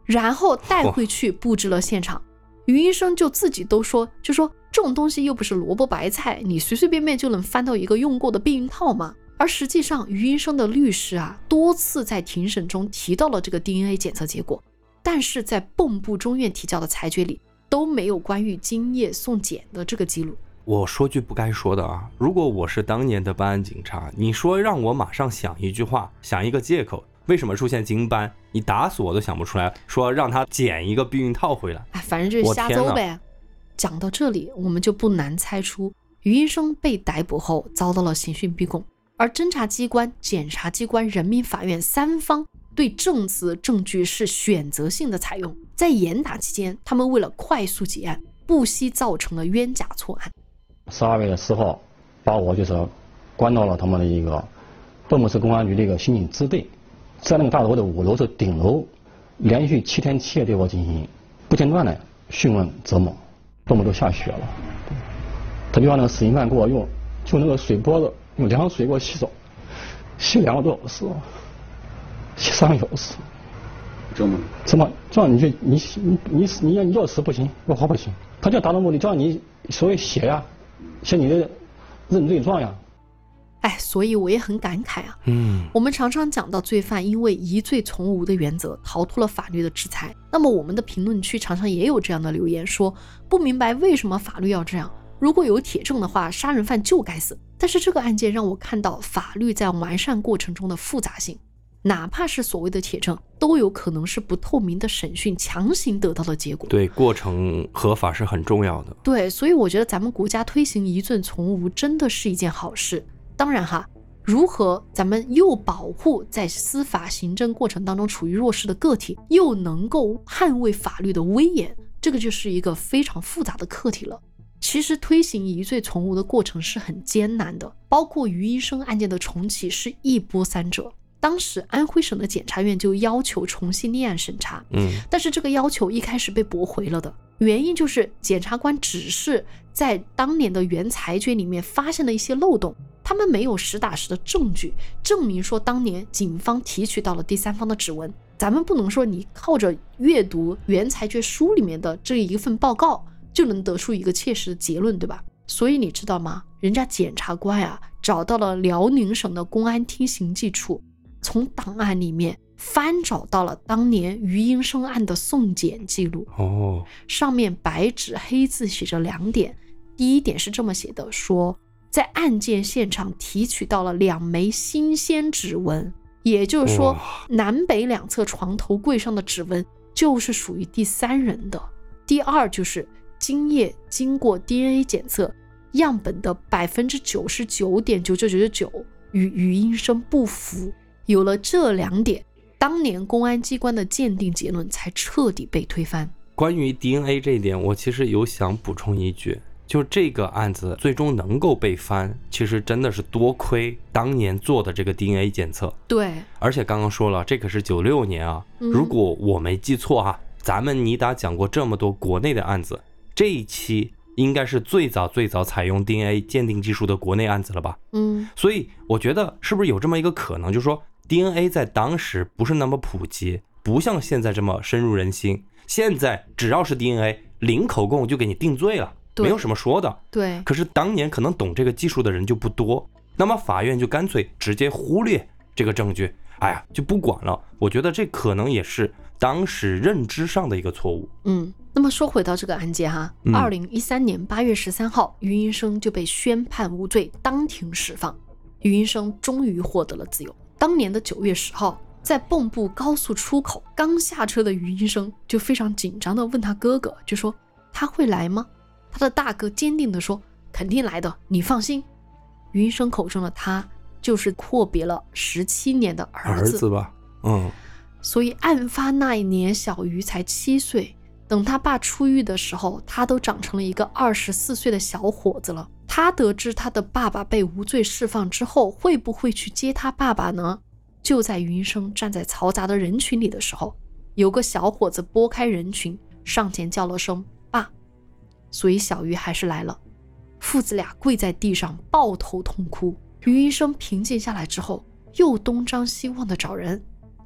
然后带回去布置了现场。于医生就自己都说，就说这种东西又不是萝卜白菜，你随随便便就能翻到一个用过的避孕套吗？而实际上于医生的律师啊，多次在庭审中提到了这个 D N A 检测结果，但是在蚌埠中院提交的裁决里都没有关于精液送检的这个记录。 我说句不该说的啊，如果我是当年的办案警察，你说让我马上想一句话，想一个借口，为什么出现精斑，你打死我都想不出来，说让他捡一个避孕套回来， 哎，反正就是瞎诌呗。讲到这里，我们就不难猜出，于医生被逮捕后遭到了刑讯逼供，而侦查机关、检察机关、人民法院三方对证词证据是选择性的采用。在严打期间，他们为了快速结案，不惜造成了冤假错案。 十二月十号，把我就是关到了他们的一个蚌埠市公安局的一个刑警支队，在那个大楼的五楼是顶楼，连续七天七夜对我进行不间断的讯问折磨。蚌埠都下雪了，他就让那个死刑犯给我用就那个水波子用凉水给我洗手，洗两个多小时，洗三个小时。 折磨怎么这样？你就你你你你要你要死不行，要活不行。他就达到目的，叫你所谓写呀，写你的认罪状呀。 哎，所以我也很感慨啊。 嗯， 我们常常讲到罪犯因为疑罪从无的原则逃脱了法律的制裁，那么我们的评论区常常也有这样的留言说，不明白为什么法律要这样，如果有铁证的话，杀人犯就该死。但是这个案件让我看到法律在完善过程中的复杂性，哪怕是所谓的铁证，都有可能是不透明的审讯强行得到的结果。 对，过程合法是很重要的。 对，所以我觉得咱们国家推行疑罪从无真的是一件好事。当然哈，如何咱们又保护在司法行政过程当中处于弱势的个体，又能够捍卫法律的威严，这个就是一个非常复杂的课题了。其实推行疑罪从无的过程是很艰难的，包括于医生案件的重启是一波三折。当时安徽省的检察院就要求重新立案审查， 嗯， 但是这个要求一开始被驳回了的，原因就是检察官只是在当年的原裁决里面发现了一些漏洞，他们没有实打实的证据证明说当年警方提取到了第三方的指纹。咱们不能说你靠着阅读原裁决书里面的这一份报告就能得出一个切实的结论，对吧？所以你知道吗？人家检察官呀、啊、找到了辽宁省的公安厅刑技处，从档案里面翻找到了当年于英生案的送检记录。 哦， 上面白纸黑字写着两点，第一点是这么写的，说在案件现场提取到了两枚新鲜指纹，也就是说南北两侧床头柜上的指纹就是属于第三人的。第二就是精液经过 D N A 检测，样本的 百分之九十九点九九九九九 与于英生不符。有了这两点，当年公安机关的鉴定结论才彻底被推翻。 关于 D N A 这一点，我其实有想补充一句，就这个案子最终能够被翻，其实真的是多亏当年做的这个 D N A 检测。 对， 而且刚刚说了，这可是九六年啊、嗯，如果我没记错啊，咱们尼达讲过这么多国内的案子，这一期应该是最早最早采用 D N A 鉴定技术的国内案子了吧？ 嗯， 所以我觉得是不是有这么一个可能，就是说 D N A 在当时不是那么普及，不像现在这么深入人心。现在只要是 D N A 零口供就给你定罪了，没有什么说的。 对。 可是当年可能懂这个技术的人就不多，那么法院就干脆直接忽略这个证据，哎呀，就不管了。我觉得这可能也是当时认知上的一个错误。 嗯，那么说回到这个案件哈，二零一三年八月十三号，于英生就被宣判无罪，当庭释放。于英生终于获得了自由。当年的九月十号，在蚌埠高速出口刚下车的于英生就非常紧张地问他哥哥，就说他会来吗？他的大哥坚定地说肯定来的，你放心。于英生口中的他就是阔别了十七年的儿子儿子吧。嗯， 所以案发那一年小于才七岁，等他爸出狱的时候，他都长成了一个二十四岁的小伙子了。他得知他的爸爸被无罪释放之后，会不会去接他爸爸呢？就在于英生站在嘈杂的人群里的时候，有个小伙子拨开人群，上前叫了声爸，所以小鱼还是来了。父子俩跪在地上抱头痛哭。于英生平静下来之后，又东张西望的找人，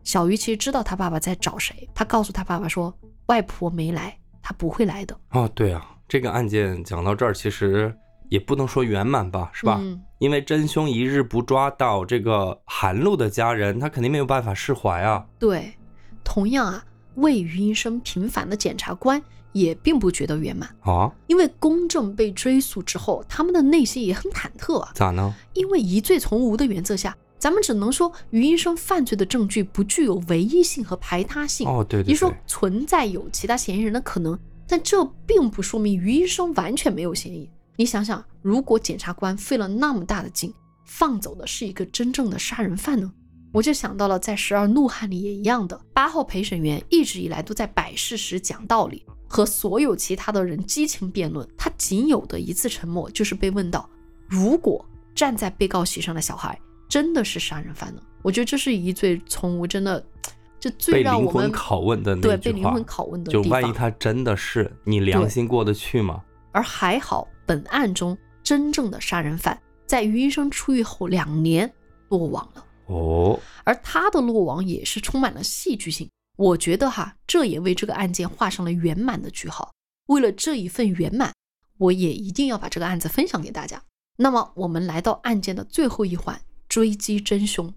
小鱼其实知道他爸爸在找谁，他告诉他爸爸说外婆没来，他不会来的。 哦，对啊，这个案件讲到这儿其实也不能说圆满吧，是吧、嗯、因为真凶一日不抓到，这个韩露的家人他肯定没有办法释怀啊。 对，同样啊，为余英生平反的检察官也并不觉得圆满啊， 因为公正被追诉之后，他们的内心也很忐忑啊。 咋呢？ 因为疑罪从无的原则下，咱们只能说余英生犯罪的证据不具有唯一性和排他性。 哦，对对对， 也说存在有其他嫌疑人的可能，但这并不说明余英生完全没有嫌疑。你想想，如果检察官费了那么大的劲，放走的是一个真正的杀人犯呢？我就想到了在《十二怒汉》里也一样的，八号陪审员一直以来都在摆事实讲道理，和所有其他的人激情辩论，他仅有的一次沉默就是被问到，如果站在被告席上的小孩真的是杀人犯呢？我觉得这是疑罪从无，真的这最让我们被灵魂拷问的那句话， 对，被灵魂拷问的地方， 就万一他真的是，你良心过得去吗？ 而还好本案中真正的杀人犯在余英生出狱后两年落网了哦， 而他的落网也是充满了戏剧性。我觉得哈，这也为这个案件画上了圆满的句号。为了这一份圆满，我也一定要把这个案子分享给大家。那么我们来到案件的最后一环，追击真凶。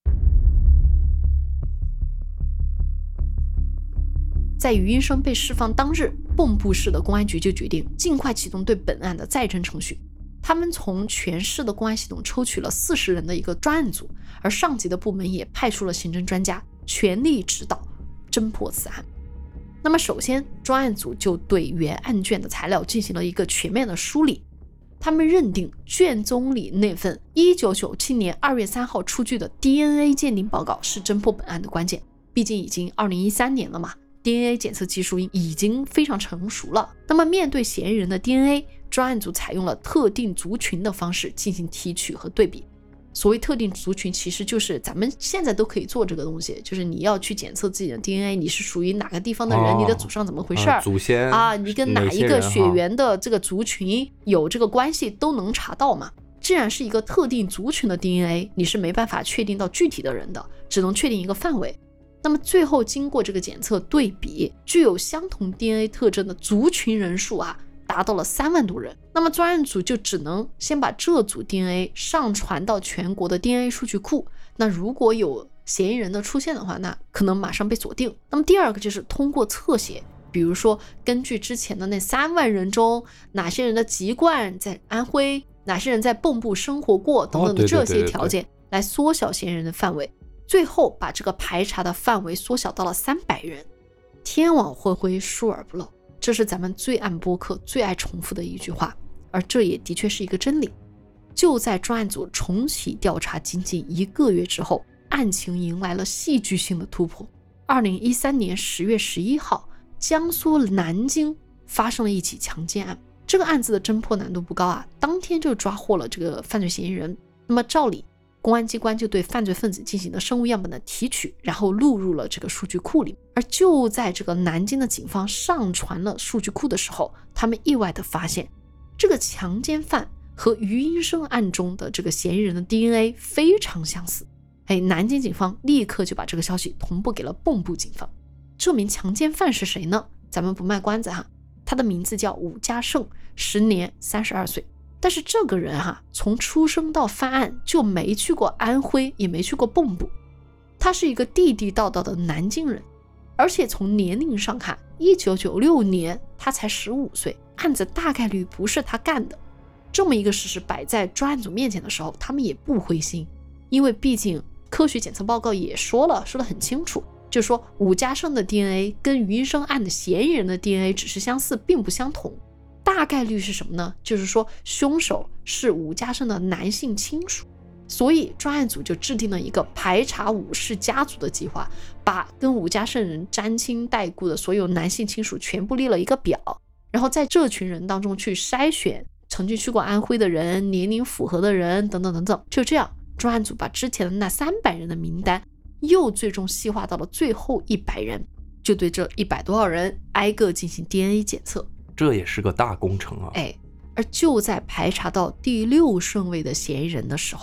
在余英生被释放当日，蚌埠市的公安局就决定尽快启动对本案的再侦程序。他们从全市的公安系统抽取了四十人的一个专案组，而上级的部门也派出了刑侦专家，全力指导侦破此案。那么首先，专案组就对原案卷的材料进行了一个全面的梳理。他们认定卷宗里那份一九九七年二月三号出具的 D N A 鉴定报告是侦破本案的关键。毕竟已经二零一三年了嘛， D N A 检测技术已经非常成熟了。那么面对嫌疑人的 D N A， 专案组采用了特定族群的方式进行提取和对比。所谓特定族群，其实就是咱们现在都可以做这个东西，就是你要去检测自己的 D N A， 你是属于哪个地方的人、哦、你的祖上怎么回事、 啊、祖先啊，你跟哪一个血缘的这个族群有这个关系都能查到嘛。既然是一个特定族群的 D N A， 你是没办法确定到具体的人的，只能确定一个范围。那么最后经过这个检测对比，具有相同 D N A 特征的族群人数啊达到了三万多人。那么专案组就只能先把这组 D N A 上传到全国的 D N A 数据库，那如果有嫌疑人的出现的话，那可能马上被锁定。那么第二个就是通过侧写，比如说根据之前的那三万人中哪些人的籍贯在安徽，哪些人在蚌埠生活过等等的这些条件来缩小嫌疑人的范围，最后把这个排查的范围缩小到了三百人。天网恢恢，疏而不漏，这是咱们罪案播客最爱重复的一句话，而这也的确是一个真理。就在专案组重启调查仅仅一个月之后，案情迎来了戏剧性的突破。二零一三年十月十一号，江苏南京发生了一起强奸案。这个案子的侦破难度不高啊，当天就抓获了这个犯罪嫌疑人。那么照理，公安机关就对犯罪分子进行了生物样本的提取，然后录入了这个数据库里。而就在这个南京的警方上传了数据库的时候，他们意外的发现，这个强奸犯和余英生案中的这个嫌疑人的 D N A 非常相似。哎，南京警方立刻就把这个消息同步给了蚌埠警方。这名强奸犯是谁呢？咱们不卖关子哈，他的名字叫武家胜，时年三十二岁。但是这个人哈，从出生到犯案就没去过安徽，也没去过蚌埠，他是一个地地道道的南京人。而且从年龄上看，一九九六年他才十五岁，案子大概率不是他干的。这么一个事实摆在专案组面前的时候，他们也不灰心，因为毕竟科学检测报告也说了，说得很清楚，就是说武家胜的 D N A 跟余英生案的嫌疑人的 D N A 只是相似，并不相同。大概率是什么呢？就是说凶手是武家胜的男性亲属。所以专案组就制定了一个排查武氏家族的计划，把跟武家胜人沾亲带故的所有男性亲属全部列了一个表，然后在这群人当中去筛选曾经去过安徽的人、年龄符合的人等等等等。就这样，专案组把之前的那三百人的名单又最终细化到了最后一百人，就对这一百多少人挨个进行 D N A 检测。 这也是个大工程啊！ 哎，而就在排查到第六顺位的嫌疑人的时候，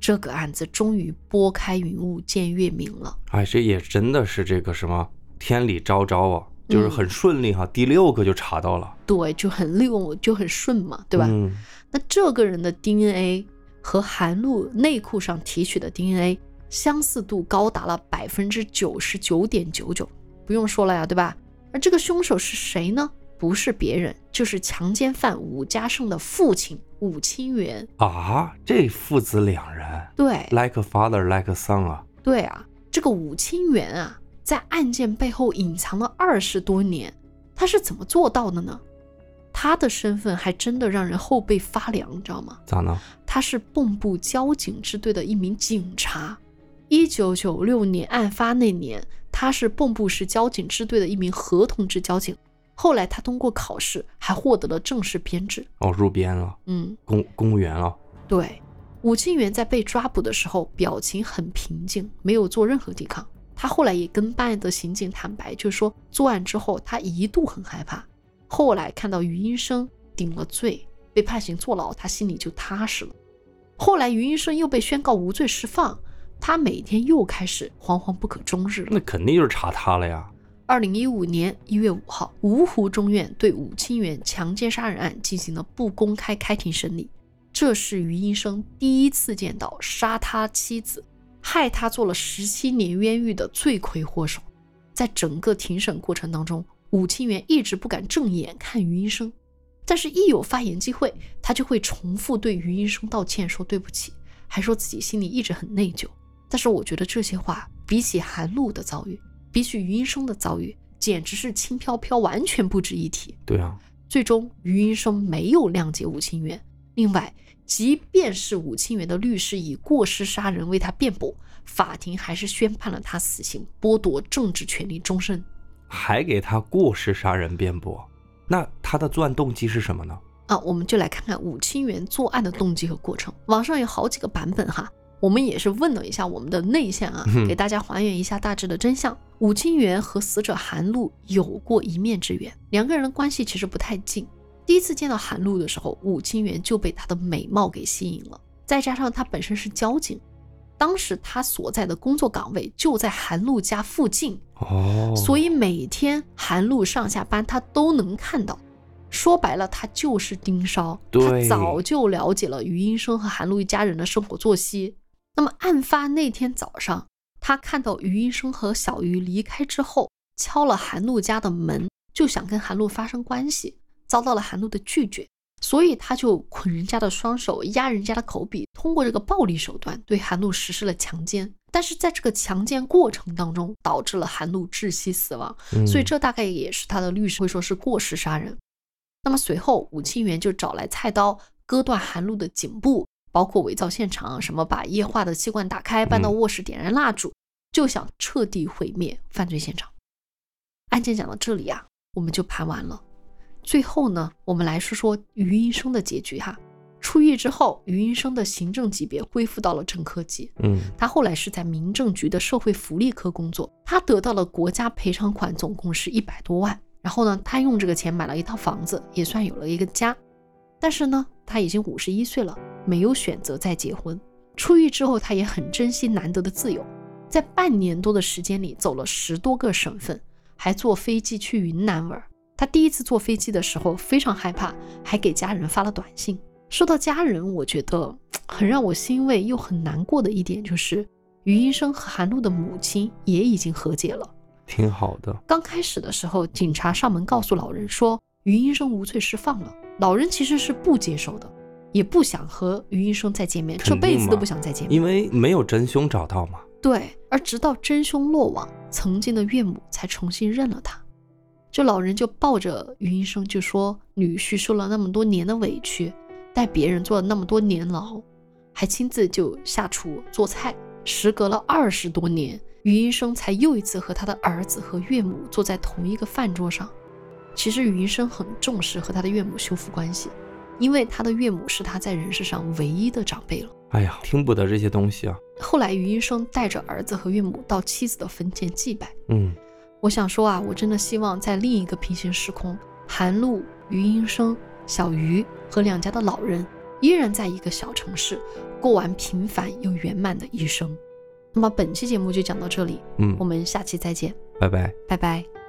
这个案子终于拨开云雾见月明了。 哎，这也真的是这个什么天理昭昭啊，就是很顺利哈、嗯，第六个就查到了。 对，就很溜，就很顺嘛，对吧？ 嗯， 那这个人的 D N A 和韩露内裤上提取的 D N A 相似度高达了百分之九十九点九九，不用说了呀，对吧？而这个凶手是谁呢？不是别人，就是强奸犯武家胜的父亲武清源啊！这父子两人， 对 ，like a father, like a son 啊。 对啊，这个武清源啊，在案件背后隐藏了二十多年，他是怎么做到的呢？他的身份还真的让人后背发凉，你知道吗？ 咋呢？ 他是蚌埠交警支队的一名警察。一九九六年案发那年，他是蚌埠市交警支队的一名合同制交警。后来他通过考试，还获得了正式编制。 哦，入编了， 嗯， 公公务员了。 对，武清源在被抓捕的时候，表情很平静，没有做任何抵抗。他后来也跟办案的刑警坦白，就是说作案之后，他一度很害怕。后来看到余英生顶了罪，被判刑坐牢，他心里就踏实了。后来余英生又被宣告无罪释放，他每天又开始惶惶不可终日了。 那肯定就是查他了呀。 二零一五年一月五号，芜湖中院对武清源强奸杀人案进行了不公开开庭审理。这是余英生第一次见到杀他妻子、害他做了十七年冤狱的罪魁祸首。在整个庭审过程当中，武清源一直不敢正眼看余英生，但是一有发言机会，他就会重复对余英生道歉，说对不起，还说自己心里一直很内疚。但是我觉得这些话比起韩露的遭遇，比起余英生的遭遇，简直是轻飘飘，完全不值一提。 对啊， 最终余英生没有谅解武清源。另外，即便是武清源的律师以过失杀人为他辩驳，法庭还是宣判了他死刑，剥夺政治权利终身。 还给他过失杀人辩驳，那他的作案动机是什么呢？ 啊，我们就来看看武清源作案的动机和过程。网上有好几个版本哈，我们也是问了一下我们的内线啊，给大家还原一下大致的真相。武清源和死者韩露有过一面之缘，两个人的关系其实不太近。第一次见到韩露的时候，武清源就被她的美貌给吸引了，再加上他本身是交警，当时他所在的工作岗位就在韩露家附近， 哦， 所以每天韩露上下班他都能看到。说白了，他就是盯梢，他早就了解了余英生和韩露一家人的生活作息。那么案发那天早上，他看到余英生和小鱼离开之后，敲了韩露家的门，就想跟韩露发生关系，遭到了韩露的拒绝，所以他就捆人家的双手，压人家的口鼻，通过这个暴力手段对韩露实施了强奸。但是在这个强奸过程当中，导致了韩露窒息死亡、嗯、所以这大概也是他的律师会说是过失杀人。那么随后武清源就找来菜刀割断韩露的颈部，包括伪造现场，什么把液化的气罐打开，搬到卧室点燃蜡烛、嗯、就想彻底毁灭犯罪现场。案件讲到这里啊，我们就盘完了。最后呢，我们来说说余英生的结局哈。出狱之后，余英生的行政级别恢复到了正科级。 嗯， 他后来是在民政局的社会福利科工作，他得到了国家赔偿款，总共是一百多万。然后呢，他用这个钱买了一套房子，也算有了一个家。但是呢，他已经五十一岁了，没有选择再结婚。出狱之后，他也很珍惜难得的自由，在半年多的时间里走了十多个省份，还坐飞机去云南玩。他第一次坐飞机的时候非常害怕，还给家人发了短信。说到家人，我觉得很让我欣慰又很难过的一点就是余英生和韩露的母亲也已经和解了， 挺好的。 刚开始的时候，警察上门告诉老人说余英生无罪释放了，老人其实是不接受的，也不想和余英生再见面，这辈子都不想再见面， 因为没有真凶找到嘛。 对，而直到真凶落网，曾经的岳母才重新认了他。这老人就抱着余英生就说，女婿受了那么多年的委屈，带别人坐了那么多年牢，还亲自就下厨做菜。时隔了二十多年，余英生才又一次和他的儿子和岳母坐在同一个饭桌上。其实余英生很重视和他的岳母修复关系，因为他的岳母是他在人世上唯一的长辈了。 哎呀，听不得这些东西啊。 后来余英生带着儿子和岳母到妻子的坟前祭拜。 嗯， 我想说啊，我真的希望在另一个平行时空，韩露、余英生、小鱼和两家的老人依然在一个小城市过完平凡又圆满的一生。那么本期节目就讲到这里， 嗯， 我们下期再见， 拜拜， 拜拜。